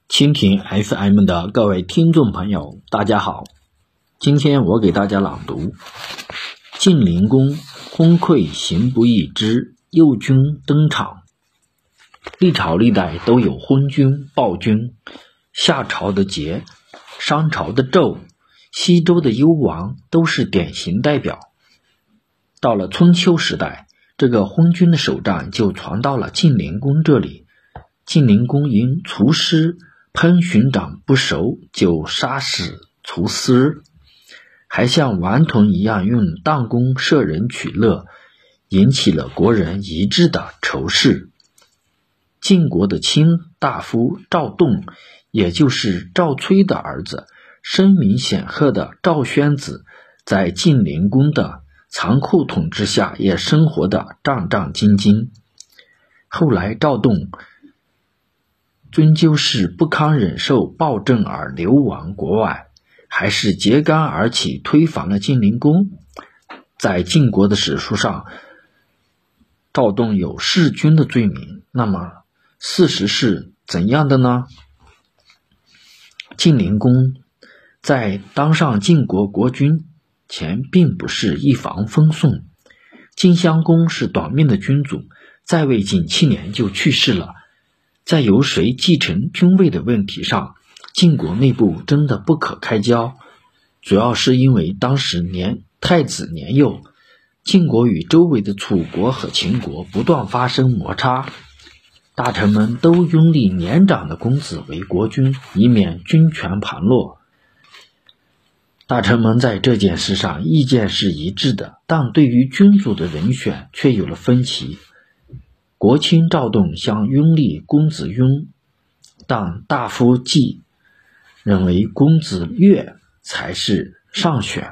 蜻蜓 FM 的各位听众朋友，大家好。今天我给大家朗读晋灵公昏聩行不义之幼君登场。历朝历代都有昏君、暴君，夏朝的桀、商朝的纣、西周的幽王都是典型代表。到了春秋时代，这个昏君的手杖就传到了晋灵公这里。晋灵公因厨师烹巡长不熟，就杀死厨师，还像顽童一样用弹弓射人取乐，引起了国人一致的仇视。晋国的卿大夫赵栋，也就是赵崔的儿子，声名显赫的赵宣子，在晋灵公的残酷统治下也生活得战战兢兢。后来赵栋终究是不堪忍受暴政而流亡国外，还是揭竿而起推翻了晋灵公。在晋国的史书上，赵栋有弑君的罪名，那么事实是怎样的呢？晋灵公在当上晋国国君前并不是一帆风顺。晋襄公是短命的君主，在位仅7年就去世了。在由谁继承君位的问题上，晋国内部真的不可开交，主要是因为当时太子年幼，晋国与周围的楚国和秦国不断发生摩擦，大臣们都拥立年长的公子为国君，以免君权旁落。大臣们在这件事上意见是一致的，但对于君主的人选却有了分歧。国卿赵栋想拥立公子雍，但大夫季认为公子越才是上选。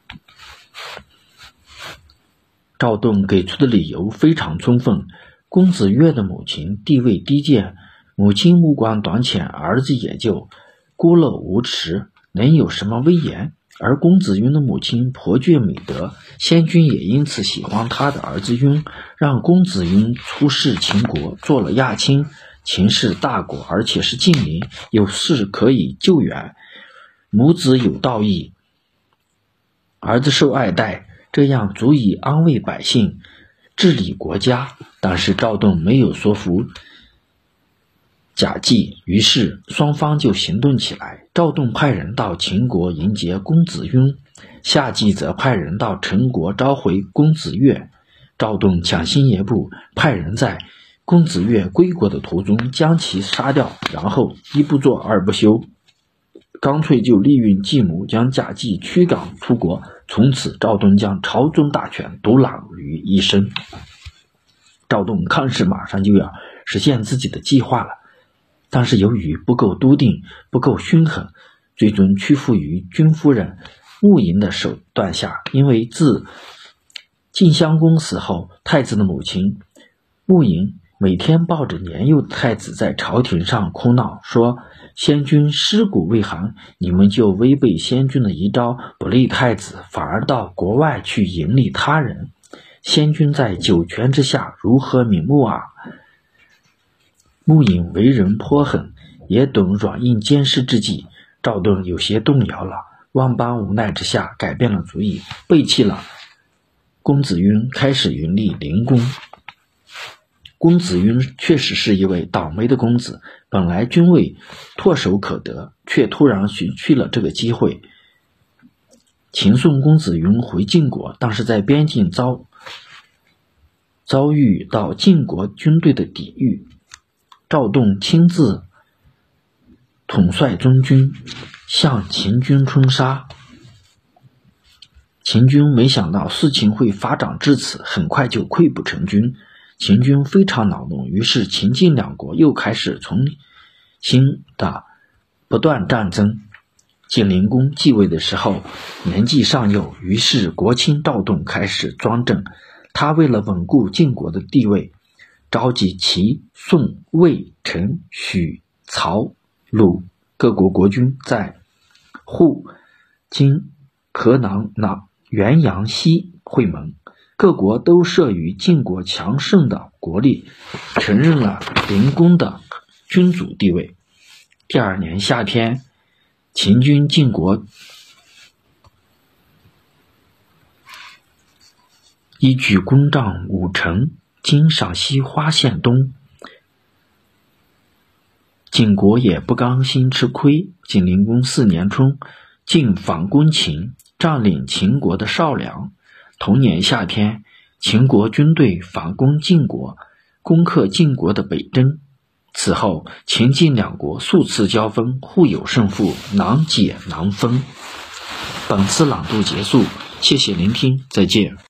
赵栋给出的理由非常充分，公子越的母亲地位低贱，母亲目光短浅，儿子也就孤陋无耻，能有什么威严？而公子雍的母亲颇具美德，先君也因此喜欢他的儿子雍，让公子雍出使秦国，做了亚卿。秦是大国，而且是近邻，有事可以救援，母子有道义，儿子受爱戴，这样足以安慰百姓，治理国家。但是赵栋没有说服贾季，于是双方就行动起来。赵栋派人到秦国迎接公子雍，夏季则派人到陈国召回公子越。赵栋抢先一步，派人在公子越归国的途中将其杀掉，然后一不做二不休，干脆就利用计谋将贾季驱赶出国。从此赵栋将朝中大权独揽于一身。赵栋看似马上就要实现自己的计划了，但是由于不够笃定，不够凶狠，最终屈服于君夫人穆莹的手段下。因为自晋襄公死后，太子的母亲穆莹每天抱着年幼的太子在朝廷上哭闹，说先君尸骨未寒，你们就违背先君的遗诏，不立太子，反而到国外去迎立他人。先君在九泉之下，如何瞑目啊？穆莹为人颇狠，也懂软硬兼施之计。赵栋有些动摇了，万般无奈之下改变了主意，背弃了公子雍，开始迎立灵公。公子雍确实是一位倒霉的公子，本来君位唾手可得，却突然失去了这个机会。秦送公子雍回晋国，但是在边境遭遇到晋国军队的抵御，赵栋亲自统帅中军向秦军冲杀。秦军没想到事情会发展至此，很快就溃不成军。秦军非常恼怒，于是秦晋两国又开始重新的不断战争。晋灵公继位的时候年纪尚幼，于是国卿赵栋开始专政。他为了稳固晋国的地位，召集齐、宋、魏、陈、许、曹、鲁各国国君在沪、荆、河南、原阳、西会盟，各国都慑于晋国强盛的国力，承认了灵公的君主地位。 第二年夏天，秦军晋国，依据攻占武城，今陕西花县东。晋国也不甘心吃亏，晋灵公4年春，晋反攻秦，占领秦国的少梁。同年夏天，秦国军队反攻晋国，攻克晋国的北征。此后，秦晋两国数次交锋，互有胜负，难解难分。本次朗读结束，谢谢聆听，再见。